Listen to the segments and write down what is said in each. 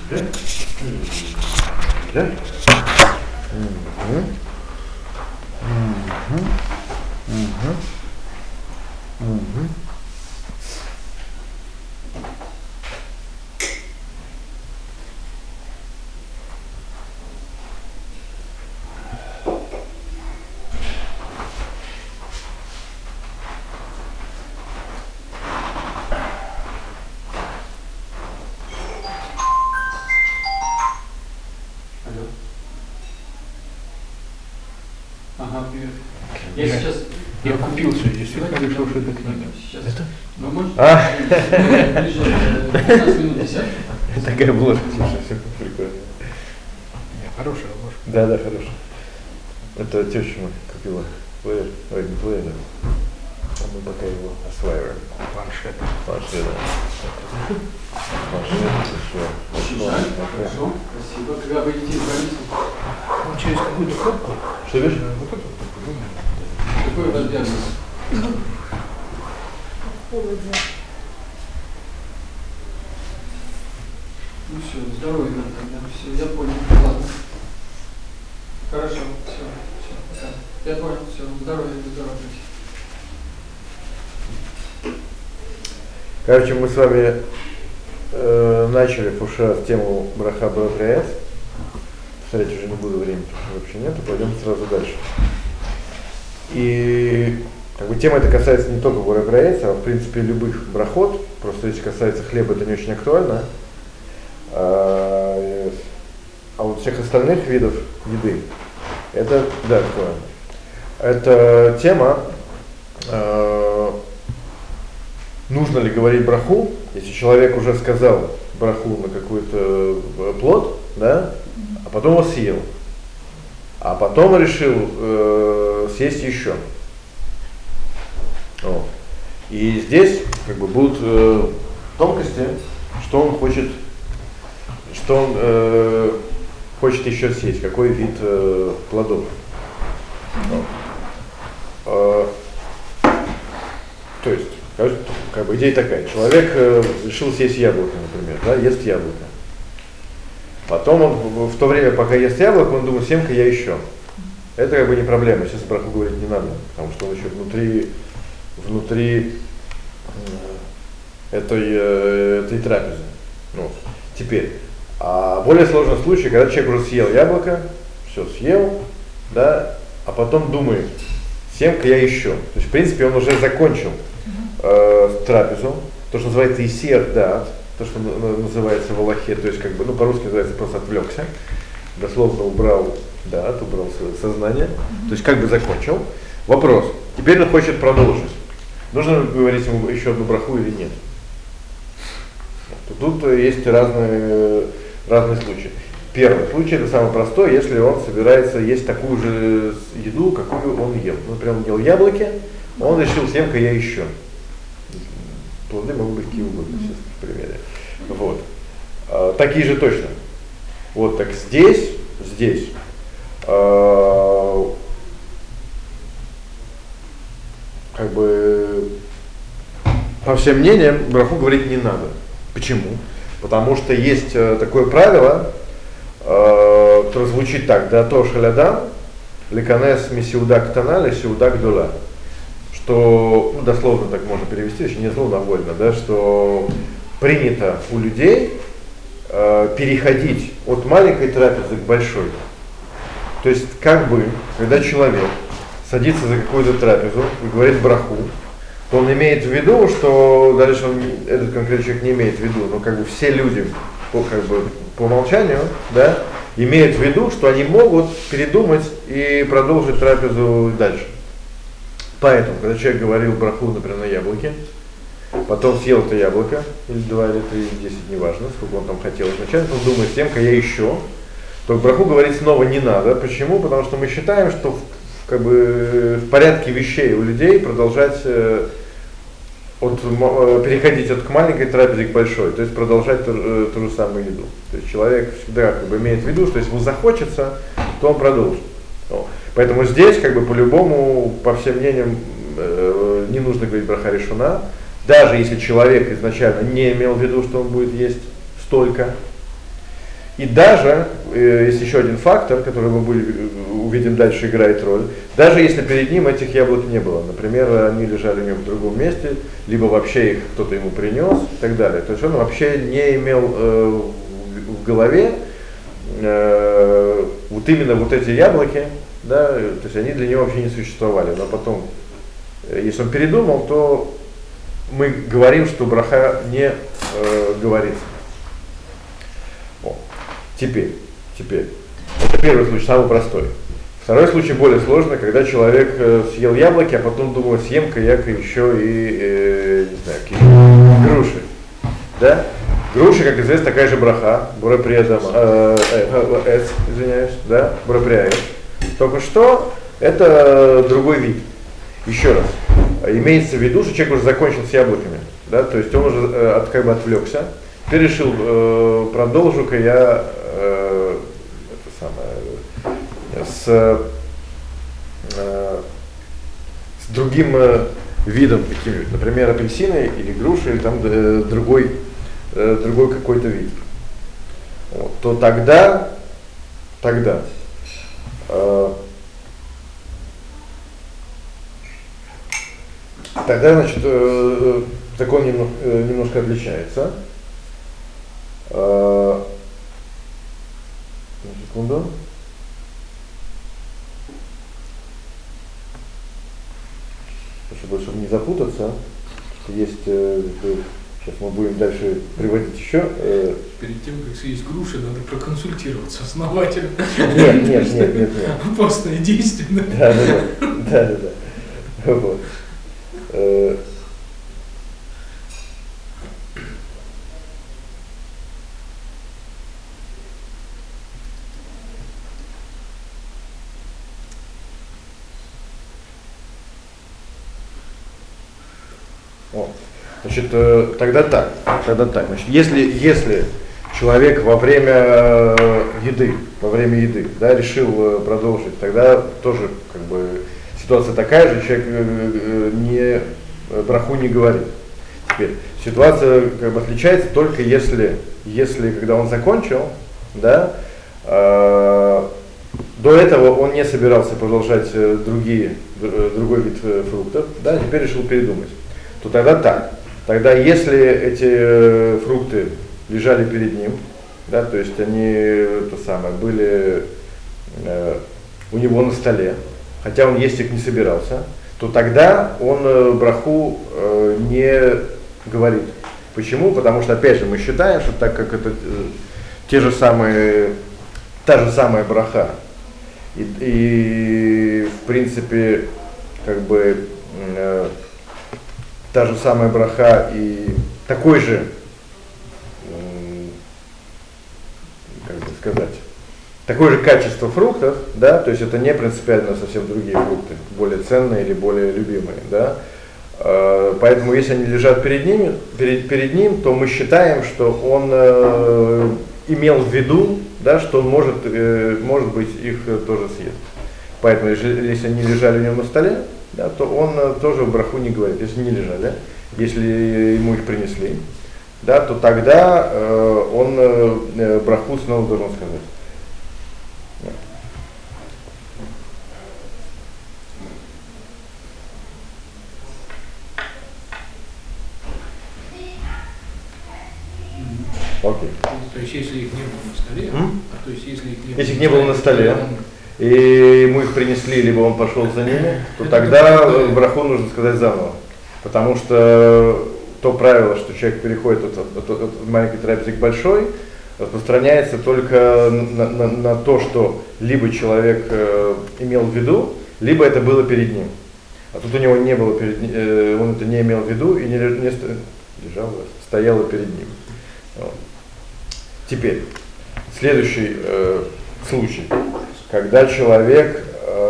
Да? Ага, привет. Я сейчас... Я купился, действительно решил, что это книга. Сейчас. Это? Вы можете? А? Ближе 15 минут 10. Такая обложка, слушай, все прикольно. Хорошая обложка. Да, да, хорошая. Это теща мы купила плеер, ой, не плеер, да. А мы пока его осваиваем. Планшет. Планшет, да. Планшет, Очень жаль. Хорошо. Спасибо. Когда вы идете из больницы? Ну, через какую-то кнопку. Что видишь? Вот эту кнопку, думаю. Какой у вас диагноз? Ну все, здоровья нам тогда. Все, я понял. Ладно. Хорошо, все, пока. Я понял, все, здоровья, здоровья. Короче, мы с вами начали в прошлый раз тему браха Братриэс. Повторять уже не буду, времени вообще нету, пойдем сразу дальше. И как бы тема эта касается не только Братриэс, а в принципе любых брахот. Просто если касается хлеба, это не очень актуально. А вот всех остальных видов еды, это да, актуально. Это тема, нужно ли говорить браху, если человек уже сказал браху на какой-то плод, да, а потом его съел, а потом решил съесть еще. Вот. И здесь как бы будут тонкости, что он хочет еще съесть, какой вид плодов. То есть, как бы идея такая, человек решил съесть яблоко, например, да, ест яблоко. Потом он в то время, пока ест яблоко, он думает, съем-ка я еще. Это как бы не проблема, сейчас браху говорить не надо, потому что он еще внутри этой трапезы. Ну, теперь, а более сложный случай, когда человек уже съел яблоко, все съел, да, а потом думает, съем-ка я еще. То есть, в принципе, он уже закончил трапезу, то, что называется исер дат, то, что называется в Аллахе, то есть, как бы, ну, по-русски называется просто отвлекся, дословно убрал дат, убрал свое сознание, то есть, как бы закончил. Вопрос, теперь он хочет продолжить. Нужно говорить ему еще одну браху или нет? Тут есть разные случаи. Первый случай, это самый простой, если он собирается есть такую же еду, какую он ел. Например, он ел яблоки, он решил, съем-ка я еще. Плоды могут быть какие угодно, сейчас в примере. Вот. Такие же точно. Вот, так здесь, как бы, по всем мнениям, браху говорить не надо. Почему? Потому что есть такое правило, которое звучит так: да то шалядам, леканес мисиуда ктана, лисиуда гдула. Что, ну, дословно так можно перевести, еще не словно, а вольно, да, что принято у людей переходить от маленькой трапезы к большой. То есть, как бы, когда человек садится за какую-то трапезу и говорит браху, то он имеет в виду, что дальше этот конкретный человек не имеет в виду, но как бы все люди по умолчанию, да, имеют в виду, что они могут передумать и продолжить трапезу дальше. Поэтому, когда человек говорил браху, например, на яблоке, потом съел это яблоко, или 2, или 3, или 10, неважно, сколько он там хотел изначально, он думает, съем-ка я еще, то браху говорить снова не надо. Почему? Потому что мы считаем, что как бы в порядке вещей у людей продолжать переходить от к маленькой трапезе к большой, то есть продолжать ту же самую еду. То есть человек всегда как бы имеет в виду, что если ему захочется, то он продолжит. Поэтому здесь как бы по-любому, по всем мнениям, не нужно говорить браха решуна, даже если человек изначально не имел в виду, что он будет есть столько. И даже, есть еще один фактор, который мы увидим дальше, играет роль, даже если перед ним этих яблок не было, например, они лежали у него в другом месте, либо вообще их кто-то ему принес и так далее, то есть он вообще не имел в голове вот именно вот эти яблоки, да, то есть они для него вообще не существовали, но потом, если он передумал, то мы говорим, что браха не говорится. Теперь, это первый случай, самый простой. Второй случай более сложный, когда человек съел яблоки, а потом думает, съем-ка я еще и, не знаю, какие груши. Да? Груши, как известно, такая же браха, извиняюсь, да, бураприаэс. Только что это другой вид. Еще раз, имеется в виду, что человек уже закончил с яблоками, да, то есть он уже как бы отвлекся. Теперь решил, продолжу-ка я с другим видом каким-нибудь, например, апельсины или груши, или там другой какой-то вид. Вот, то тогда, значит, закон немножко отличается. Секунду. Чтобы не запутаться, есть, сейчас мы будем дальше приводить еще. Перед тем, как съесть груши, надо проконсультироваться основательно. Нет. Постное действие. Да. Вот. Значит, тогда так. Значит, если человек во время еды, да, решил продолжить, тогда тоже как бы ситуация такая же, человек браху не говорит. Теперь ситуация как бы отличается только если когда он закончил, да, до этого он не собирался продолжать другой вид фруктов, да, теперь решил передумать, то тогда так. Тогда если эти фрукты лежали перед ним, да, то есть они были у него на столе, хотя он есть их не собирался, то тогда он браху не говорит. Почему? Потому что, опять же, мы считаем, что так как это та же самая браха, и в принципе, как бы та же самая браха и такой же, как бы сказать, такое же качество фруктов, да, то есть это не принципиально совсем другие фрукты, более ценные или более любимые, да. Поэтому если они лежат перед ним, то мы считаем, что он имел в виду, да, что он может быть их тоже съест. Поэтому если они лежали у него на столе, да, то он тоже браху не говорит. Если не лежали, если ему их принесли, да, то тогда он браху снова должен сказать. Окей. То есть если их не было на столе, то есть если их не было на столе, и ему их принесли, либо он пошел за ними, то тогда браху нужно сказать заново. Потому что то правило, что человек переходит от маленькой трапезы к большой, распространяется только на то, что либо человек имел в виду, либо это было перед ним. А тут у него не было он это не имел в виду и стояло перед ним. Вот. Теперь, следующий случай. Когда человек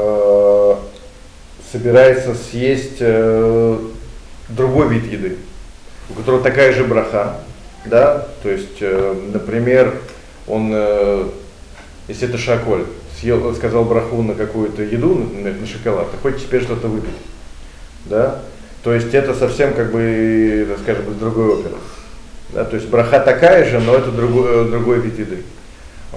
собирается съесть другой вид еды, у которого такая же браха, да, то есть, например, он, если это шаколь, сказал браху на какую-то еду, на шоколад, а хочет теперь что-то выпить, да, то есть это совсем как бы, так скажем, из другой оперы, да, то есть браха такая же, но это другой вид еды.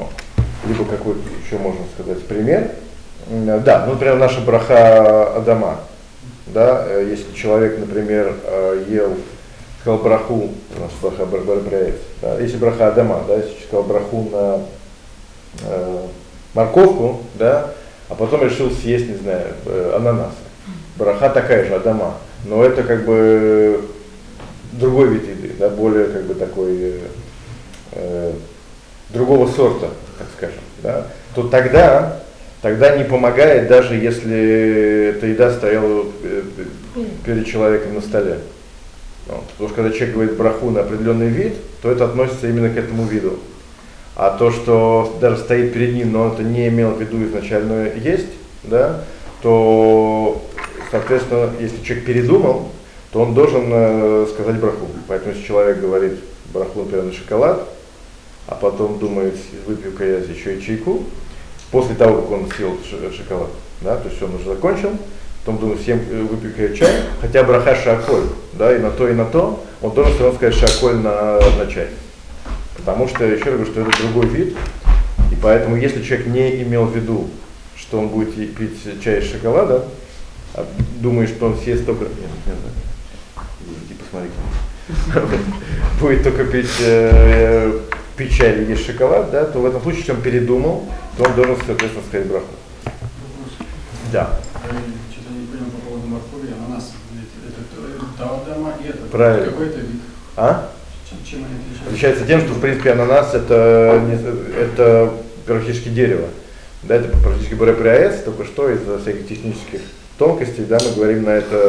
либо какой-то еще можно сказать пример. Да, ну, например, наша браха Адама. Да, если человек, например, ел, сказал браху, у нас браха Бараприяец, да, если браха Адама, да, если сказал браху на морковку, да, а потом решил съесть, не знаю, ананасы. Браха такая же, Адама, но это как бы другой вид еды, да, более как бы такой другого сорта, так скажем, да, то тогда не помогает, даже если эта еда стояла перед человеком на столе. Вот. Потому что когда человек говорит браху на определенный вид, то это относится именно к этому виду. А то, что даже стоит перед ним, но он это не имел в виду изначально есть, да, то, соответственно, если человек передумал, то он должен сказать браху. Поэтому если человек говорит браху, например, на шоколад, а потом думает, выпью-ка я еще и чайку, после того, как он съел шоколад, да, то есть он уже закончил, потом думает, всем выпью-ка я чай, хотя браха шаколь, да, и на то, он должен все равно сказать шаколь на чай. Потому что, еще раз говорю, что это другой вид, и поэтому, если человек не имел в виду, что он будет пить чай из шоколада, а думает, что он съест только... Нет, иди посмотри. Будет только пить чай или есть шоколад, да, то в этом случае, если он передумал, то он должен, соответственно, сказать браху. Да. Что-то не понял по поводу моркови, ананас. Это Адама и это. Правильно. Какой-то вид. А? Чем они отличаются? Отличается тем, что, в принципе, ананас это практически дерево. Да, это практически бараприяец, только что из-за всяких технических тонкостей, да, мы говорим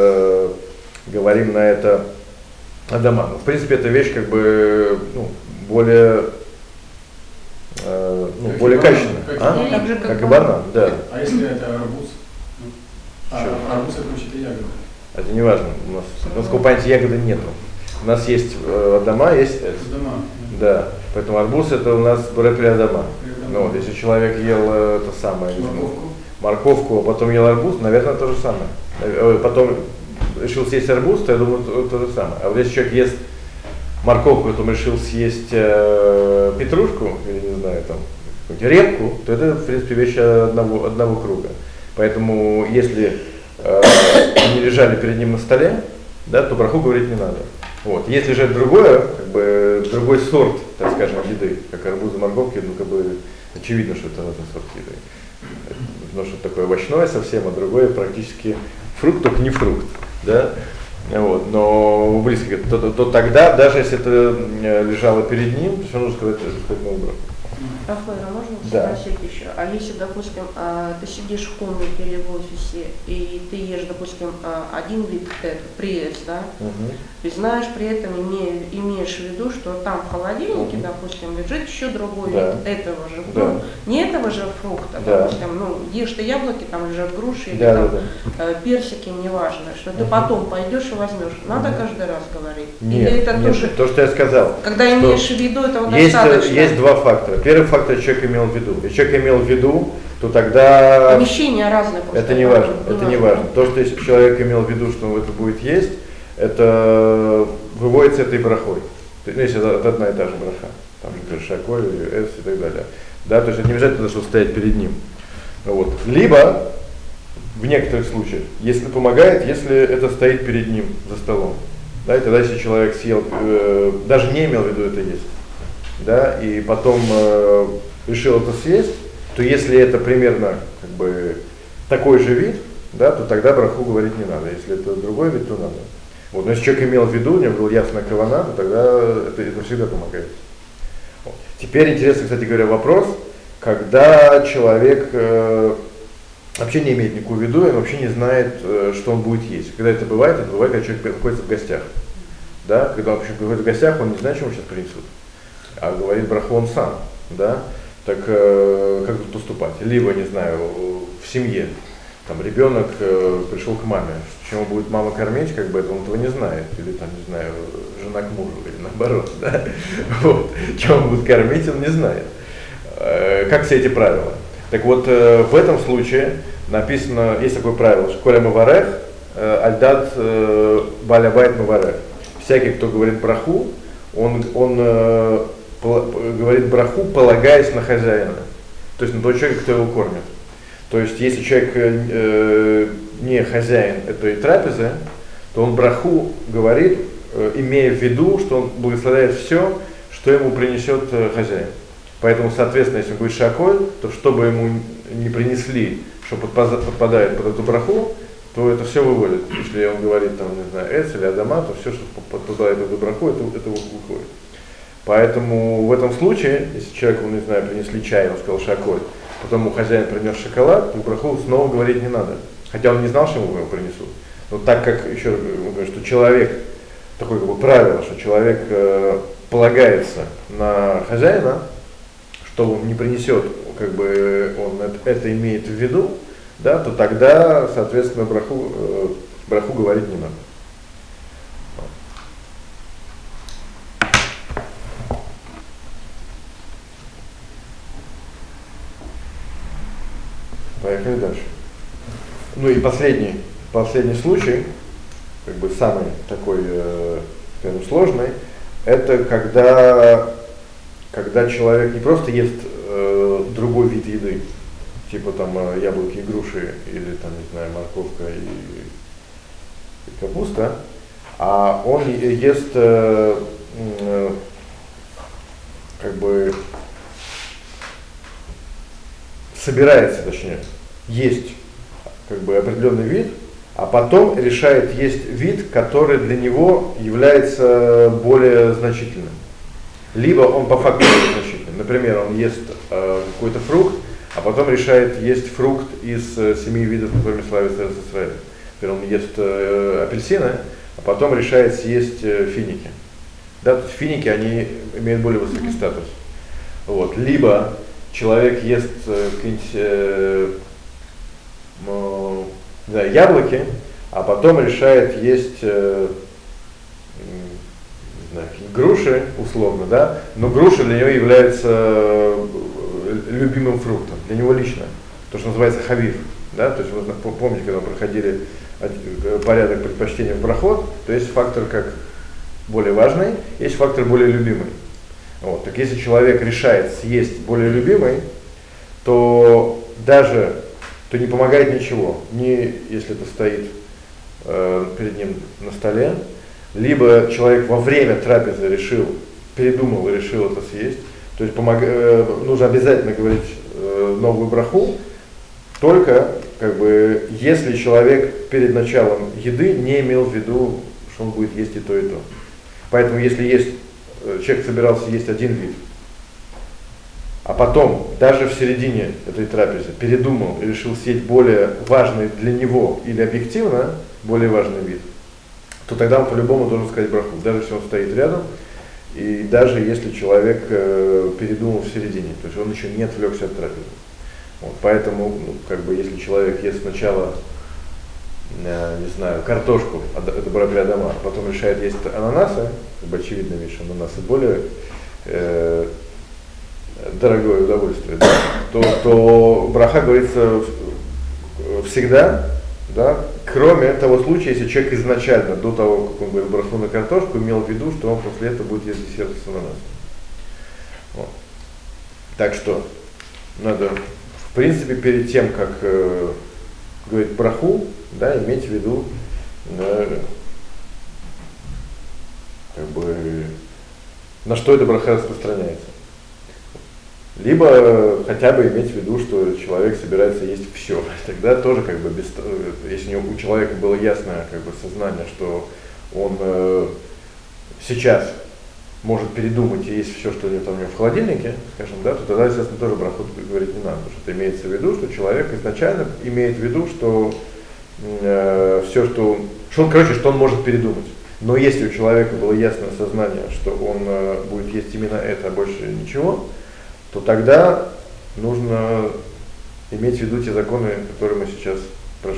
на это Адама. В принципе, эта вещь как бы более качественная. Как и банан, да. А если это арбуз? Арбуз это вообще-то ягода. Это не важно. У нас в компании ягоды нету. У нас есть Адама, есть эс. Да. Поэтому арбуз это у нас при Адама. Ну, вот, если человек ел это самое, морковку, а потом ел арбуз, наверное, то же самое. Потом решил съесть арбуз, то я думаю, то же самое. А вот если человек ест морковку, потом решил съесть петрушку, или не знаю, там, репку, то это, в принципе, вещи одного круга. Поэтому, если они лежали перед ним на столе, да, то браху говорить не надо. Вот. Если же другое, как бы, другой сорт, так скажем, еды, как арбуз и морковки, ну, как бы, очевидно, что это разный сорт еды. Потому что такое овощное совсем, а другое практически фрукт, только не фрукт, да. Вот. Но близко, то тогда, даже если это лежало перед ним, то все нужно сказать новую браху. Рафаэль, а можно Да. спросить еще? А если, допустим, ты сидишь в комнате или в офисе, и ты ешь, допустим, один вид пресс, да, и знаешь, при этом имеешь в виду, что там в холодильнике, допустим, лежит еще другой вид этого же, ну, не этого же фрукта, допустим, ну, ешь ты яблоки, там лежат груши или там персики, неважно, что ты потом пойдешь и возьмешь. Надо каждый раз говорить? Нет, или это тоже, то, что я сказал. когда имеешь в виду, этого есть, достаточно? есть два фактора. Первый фактор человек имел в виду. Если человек имел в виду, то тогда... Помещения разные просто. Это не важно, это не важно. То, что если человек имел в виду, что он это будет есть, это выводится этой брахой. Ну, если это одна и та же браха. Там же шаколь, эс и так далее. Да, то есть это не обязательно, что стоять перед ним. Вот. Либо, в некоторых случаях, если помогает, если это стоит перед ним за столом. Да, и тогда если человек съел, даже не имел в виду это есть, да, и потом решил это съесть, то если это примерно как бы такой же вид, да, то тогда браху говорить не надо. Если это другой вид, то надо. Вот. Но если человек имел в виду, у него была ясная кавана, то тогда это всегда помогает. Вот. Теперь интересный, кстати говоря, вопрос, когда человек вообще не имеет никакого в виду, и он вообще не знает, что он будет есть. Когда это бывает, когда человек находится в гостях. Да? Когда он приходит в гостях, он не знает, что ему сейчас принесут. А говорит браху он сам, да, так как тут поступать? Либо, не знаю, в семье, там ребенок пришел к маме, чем будет мама кормить, как бы это он этого не знает, или там, не знаю, жена к мужу, или наоборот, да, вот, чем он будет кормить, он не знает. Как все эти правила? Так вот, в этом случае написано, есть такое правило, что коля маварех, альдат балябайт маварех. Всякий, кто говорит браху, он говорит браху, полагаясь на хозяина. то есть на того человека, кто его кормит. То есть если человек не хозяин этой трапезы, то он браху говорит, имея в виду, что он благословляет все, что ему принесет хозяин. Поэтому, соответственно, если он говорит шаколь, то что бы ему не принесли, что подпадает под эту браху, то это все выводит. Если он говорит, там, не знаю, эц или адама, то все, что подпадает под эту браху, это выходит. Поэтому в этом случае, если человеку, не знаю, принесли чай, он сказал шаколь, потом ему хозяин принес шоколад, то браху снова говорить не надо. Хотя он не знал, что ему его принесут. Но так как еще мы говорим, что человек, такое как бы правило, что человек полагается на хозяина, что он не принесет, как бы он это имеет в виду, да, то тогда, соответственно, браху говорить не надо. Поехали дальше. Ну и последний случай, как бы самый такой, скажем, сложный, это когда человек не просто ест другой вид еды, типа там яблоки и груши, или там, не знаю, морковка и капуста, а он ест как бы собирается, точнее, есть как бы определенный вид, а потом решает есть вид, который для него является более значительным. Либо он по факту значительный. Например, он ест какой-то фрукт, а потом решает есть фрукт из 7 видов, которыми славится Израиль. Например, он ест апельсины, а потом решает съесть финики. Да, то есть финики, они имеют более высокий статус. Вот. Либо человек ест какие-нибудь яблоки, а потом решает есть груши, условно, да, но груша для него является любимым фруктом, для него лично, то, что называется хавив, да, то есть вы помните, когда мы проходили порядок предпочтения в проход, то есть фактор как более важный, есть фактор более любимый. Вот. Так если человек решает съесть более любимый, то даже то не помогает ничего, ни если это стоит перед ним на столе, либо человек во время трапезы передумал и решил это съесть, то есть нужно обязательно говорить новую браху, только как бы, если человек перед началом еды не имел в виду, что он будет есть и то, и то. Поэтому если человек собирался есть один вид, а потом, даже в середине этой трапезы, передумал и решил съесть более важный для него или объективно более важный вид, то тогда он по-любому должен сказать браху, даже если он стоит рядом, и даже если человек передумал в середине, то есть он еще не отвлекся от трапезы. Вот, поэтому, как бы, если человек ест сначала, не знаю, картошку, это брахля дома, а потом решает есть ананасы, как бы очевидная вещь, ананасы более дорогое удовольствие, да, то браха говорится всегда, да, кроме того случая, если человек изначально, до того, как он говорил браху на картошку, имел в виду, что он после этого будет есть десерт с ананасом. Вот. Так что надо, в принципе, перед тем, как говорить браху, да, иметь в виду, как бы, на что эта браха распространяется. Либо хотя бы иметь в виду, что человек собирается есть все. Тогда тоже, как бы, если у человека было ясное, как бы, сознание, что он сейчас может передумать и есть все, что у него там в холодильнике, скажем, да, то тогда, естественно, тоже браху говорить не надо, потому что это имеется в виду, что человек изначально имеет в виду, что все, что он может передумать. Но если у человека было ясное сознание, что он будет есть именно это, а больше ничего, то тогда нужно иметь в виду те законы, которые мы сейчас прошли.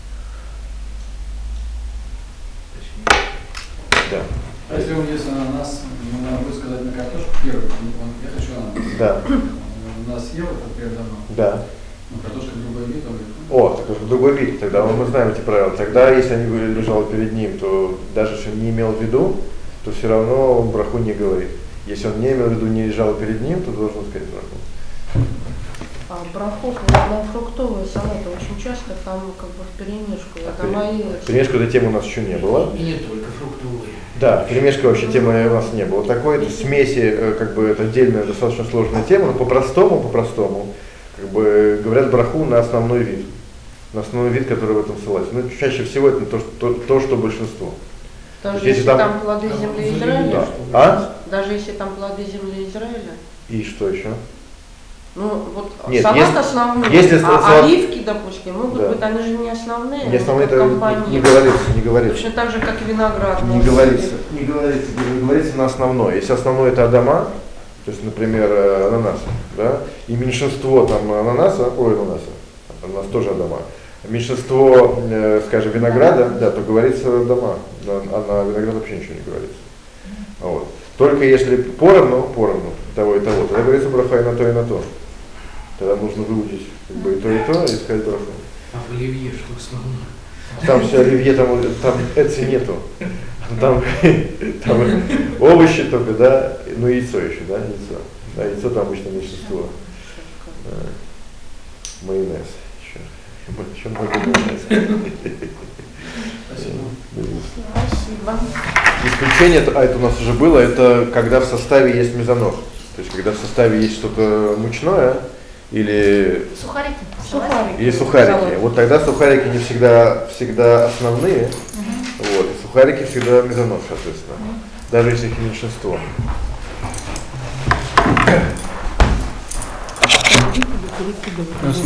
Да. А если он ест ананас, ему надо будет сказать на картошку первый, я хочу ананас. Да. У нас съел это перед давно. Да. Но картошка другой вид, картошка другой вид, тогда мы знаем эти правила. Тогда, если они были лежали перед ним, то даже если он не имел в виду, то все равно он браху не говорит. Если он не имел в виду, не лежал перед ним, то должен сказать браху. Брахов на фруктовые салаты очень часто там как бы вперемешку. Это мои... Перемешку этой темы у нас еще не было. И не только фруктовые. Да, перемешка вообще темы у нас не было. Такой это смеси, как бы это отдельная достаточно сложная тема, но по-простому, как бы говорят браху на основной вид. На основной вид, который в этом салате. Но чаще всего это то, что большинство. Даже если там плоды земли Израиля? Да. А? Даже если там плоды земли Израиля? И что еще? Ну, вот нет, салат основной, если салат... оливки, допустим, могут быть, они же не основные. Не основные, это не говорится. Точно так же, как и виноград. Не говорится на основное. Если основное это адама, то есть, например, ананасы, да, и меньшинство там ананас тоже адама, меньшинство, скажем, винограда, да, то говорится адама, а на виноград вообще ничего не говорится. Вот. Только если поровну того и того, тогда говорится браха и на то, и на то. Тогда нужно выучить как бы и то, и сказать браху. А в оливье что основное? Там все оливье, там эци нету. Там овощи только, да, ну яйцо еще, да, яйцо. Да, яйцо там обычно меньшинство. Майонез еще. Еще майонез. Спасибо. Исключение, это у нас уже было, это когда в составе есть мезонос. То есть когда в составе есть что-то мучное или сухарики. Вот тогда сухарики не всегда основные, вот, и сухарики всегда мезонос, соответственно. Даже если их меньшинство.